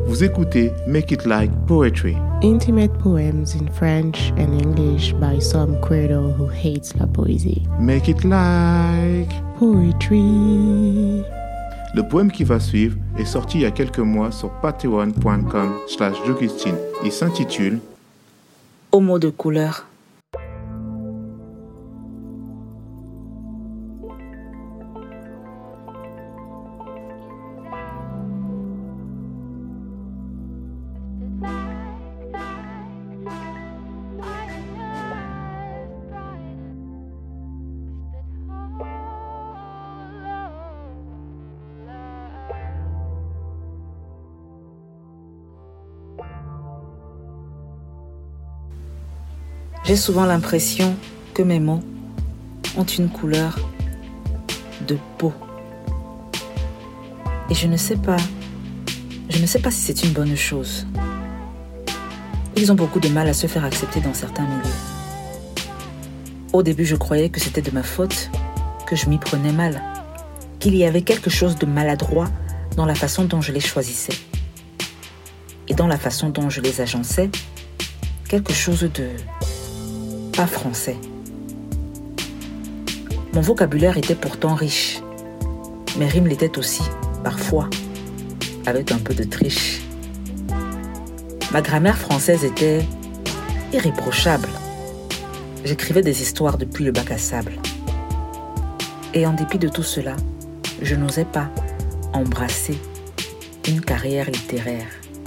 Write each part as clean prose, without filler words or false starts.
Vous écoutez Make It Like Poetry. Intimate poems in French and English by some credo who hates la poésie. Make It Like Poetry. Le poème qui va suivre est sorti il y a quelques mois sur patreon.com/Jocustine. Il s'intitule Homo de couleur. J'ai souvent l'impression que mes mots ont une couleur de peau. Et je ne sais pas si c'est une bonne chose. Ils ont beaucoup de mal à se faire accepter dans certains milieux. Au début, je croyais que c'était de ma faute, que je m'y prenais mal, qu'il y avait quelque chose de maladroit dans la façon dont je les choisissais. Et dans la façon dont je les agençais, quelque chose de pas français. Mon vocabulaire était pourtant riche. Mes rimes l'étaient aussi, parfois, avec un peu de triche. Ma grammaire française était irréprochable. J'écrivais des histoires depuis le bac à sable. Et en dépit de tout cela, je n'osais pas embrasser une carrière littéraire.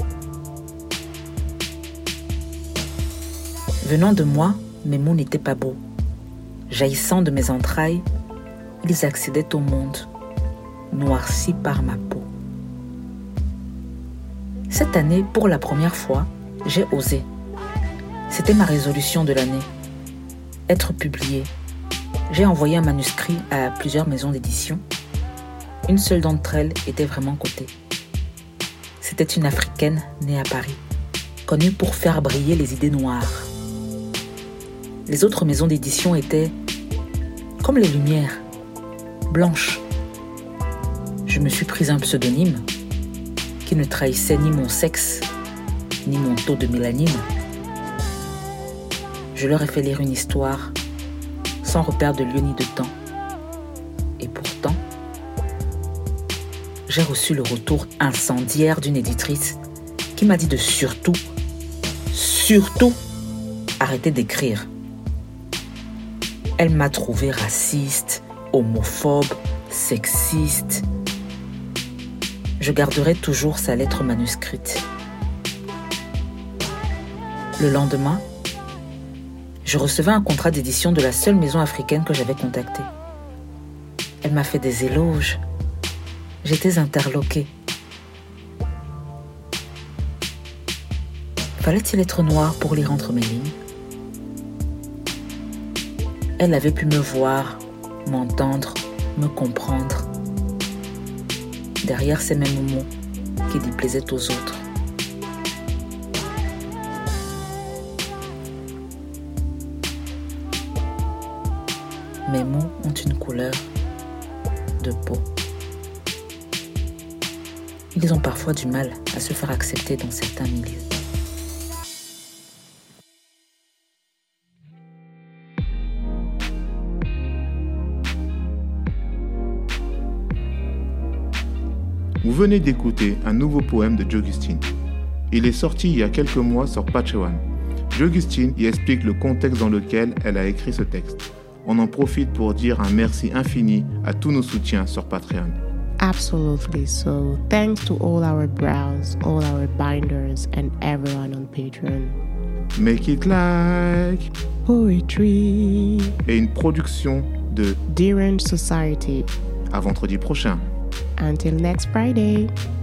Venant de moi, mes mots n'étaient pas beaux. Jaillissant de mes entrailles, ils accédaient au monde, noircis par ma peau. Cette année, pour la première fois, j'ai osé. C'était ma résolution de l'année. Être publié. J'ai envoyé un manuscrit à plusieurs maisons d'édition. Une seule d'entre elles était vraiment cotée. C'était une Africaine née à Paris, connue pour faire briller les idées noires. Les autres maisons d'édition étaient comme les lumières, blanches. Je me suis pris un pseudonyme qui ne trahissait ni mon sexe, ni mon taux de mélanine. Je leur ai fait lire une histoire sans repère de lieu ni de temps. Et pourtant, j'ai reçu le retour incendiaire d'une éditrice qui m'a dit de surtout arrêter d'écrire. Elle m'a trouvé raciste, homophobe, sexiste. Je garderai toujours sa lettre manuscrite. Le lendemain, je recevais un contrat d'édition de la seule maison africaine que j'avais contactée. Elle m'a fait des éloges. J'étais interloquée. Fallait-il être noir pour lire entre mes lignes ? Elle avait pu me voir, m'entendre, me comprendre. Derrière ces mêmes mots qui déplaisaient aux autres. Mes mots ont une couleur de peau. Ils ont parfois du mal à se faire accepter dans certains milieux. Vous venez d'écouter un nouveau poème de Jocustine. Il est sorti il y a quelques mois sur Patreon. Jocustine y explique le contexte dans lequel elle a écrit ce texte. On en profite pour dire un merci infini à tous nos soutiens sur Patreon. Absolutely. So, thanks to all our brows, all our binders, and everyone on Patreon. Make It Like Poetry est une production de Derange Society. À vendredi prochain. Until next Friday.